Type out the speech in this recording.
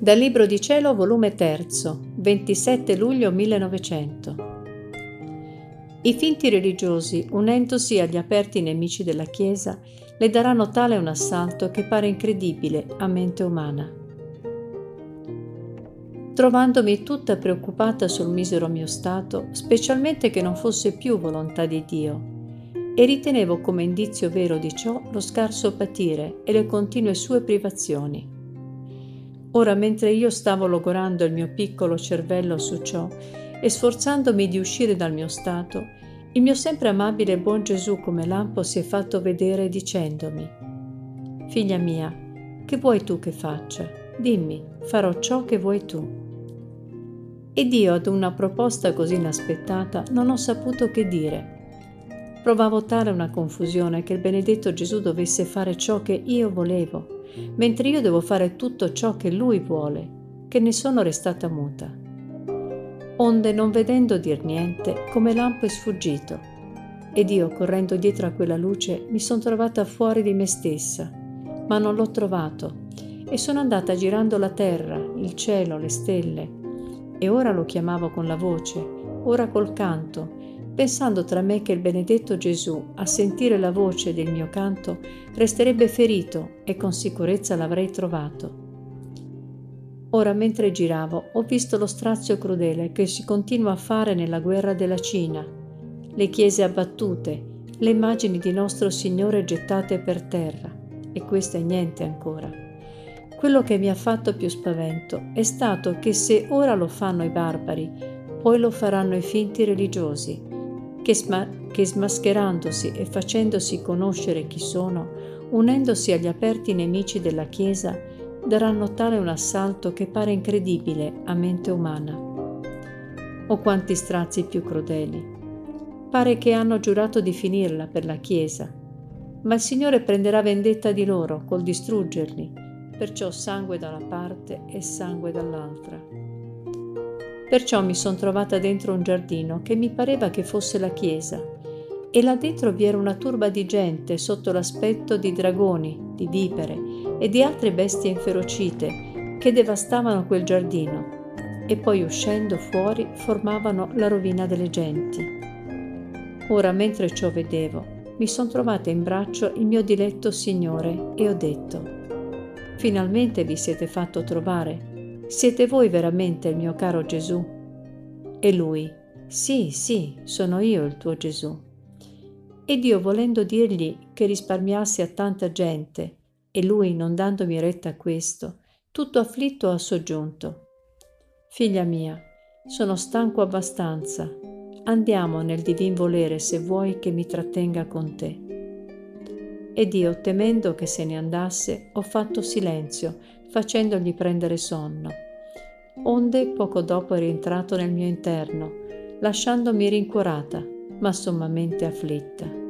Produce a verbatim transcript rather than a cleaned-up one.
Dal Libro di Cielo, volume terzo, ventisette luglio millenovecento. I finti religiosi, unendosi agli aperti nemici della Chiesa, le daranno tale un assalto che pare incredibile a mente umana. Trovandomi tutta preoccupata sul misero mio stato, specialmente che non fosse più volontà di Dio, e ritenevo come indizio vero di ciò lo scarso patire e le continue sue privazioni. Ora, mentre io stavo logorando il mio piccolo cervello su ciò e sforzandomi di uscire dal mio stato, il mio sempre amabile buon Gesù come lampo si è fatto vedere dicendomi: «Figlia mia, che vuoi tu che faccia? Dimmi, farò ciò che vuoi tu». Ed io ad una proposta così inaspettata non ho saputo che dire. Provavo tale una confusione che il benedetto Gesù dovesse fare ciò che io volevo, mentre io devo fare tutto ciò che Lui vuole, che ne sono restata muta. Onde, non vedendo dir niente, come lampo è sfuggito, ed io, correndo dietro a quella luce, mi son trovata fuori di me stessa, ma non l'ho trovato, e sono andata girando la terra, il cielo, le stelle, e ora lo chiamavo con la voce, ora col canto, pensando tra me che il benedetto Gesù, a sentire la voce del mio canto, resterebbe ferito e con sicurezza l'avrei trovato. Ora, mentre giravo, ho visto lo strazio crudele che si continua a fare nella guerra della Cina, le chiese abbattute, le immagini di nostro Signore gettate per terra, e questo è niente ancora. Quello che mi ha fatto più spavento è stato che se ora lo fanno i barbari, poi lo faranno i finti religiosi, che, sma- che smascherandosi e facendosi conoscere chi sono, unendosi agli aperti nemici della Chiesa, daranno tale un assalto che pare incredibile a mente umana. Oh, quanti strazi più crudeli! Pare che hanno giurato di finirla per la Chiesa, ma il Signore prenderà vendetta di loro col distruggerli, perciò sangue da una parte e sangue dall'altra. Perciò mi son trovata dentro un giardino che mi pareva che fosse la chiesa, e là dentro vi era una turba di gente sotto l'aspetto di dragoni, di vipere e di altre bestie inferocite che devastavano quel giardino, e poi uscendo fuori formavano la rovina delle genti. Ora, mentre ciò vedevo, mi son trovata in braccio il mio diletto Signore e ho detto: «Finalmente vi siete fatto trovare. Siete voi veramente il mio caro Gesù?» E lui: «Sì, sì, sono io il tuo Gesù». Ed io, volendo dirgli che risparmiasse a tanta gente, e lui non dandomi retta a questo, tutto afflitto ha soggiunto: «Figlia mia, sono stanco abbastanza, andiamo nel divin volere se vuoi che mi trattenga con te». Ed io, temendo che se ne andasse, ho fatto silenzio, facendogli prendere sonno. Onde poco dopo è rientrato nel mio interno, lasciandomi rincuorata, ma sommamente afflitta.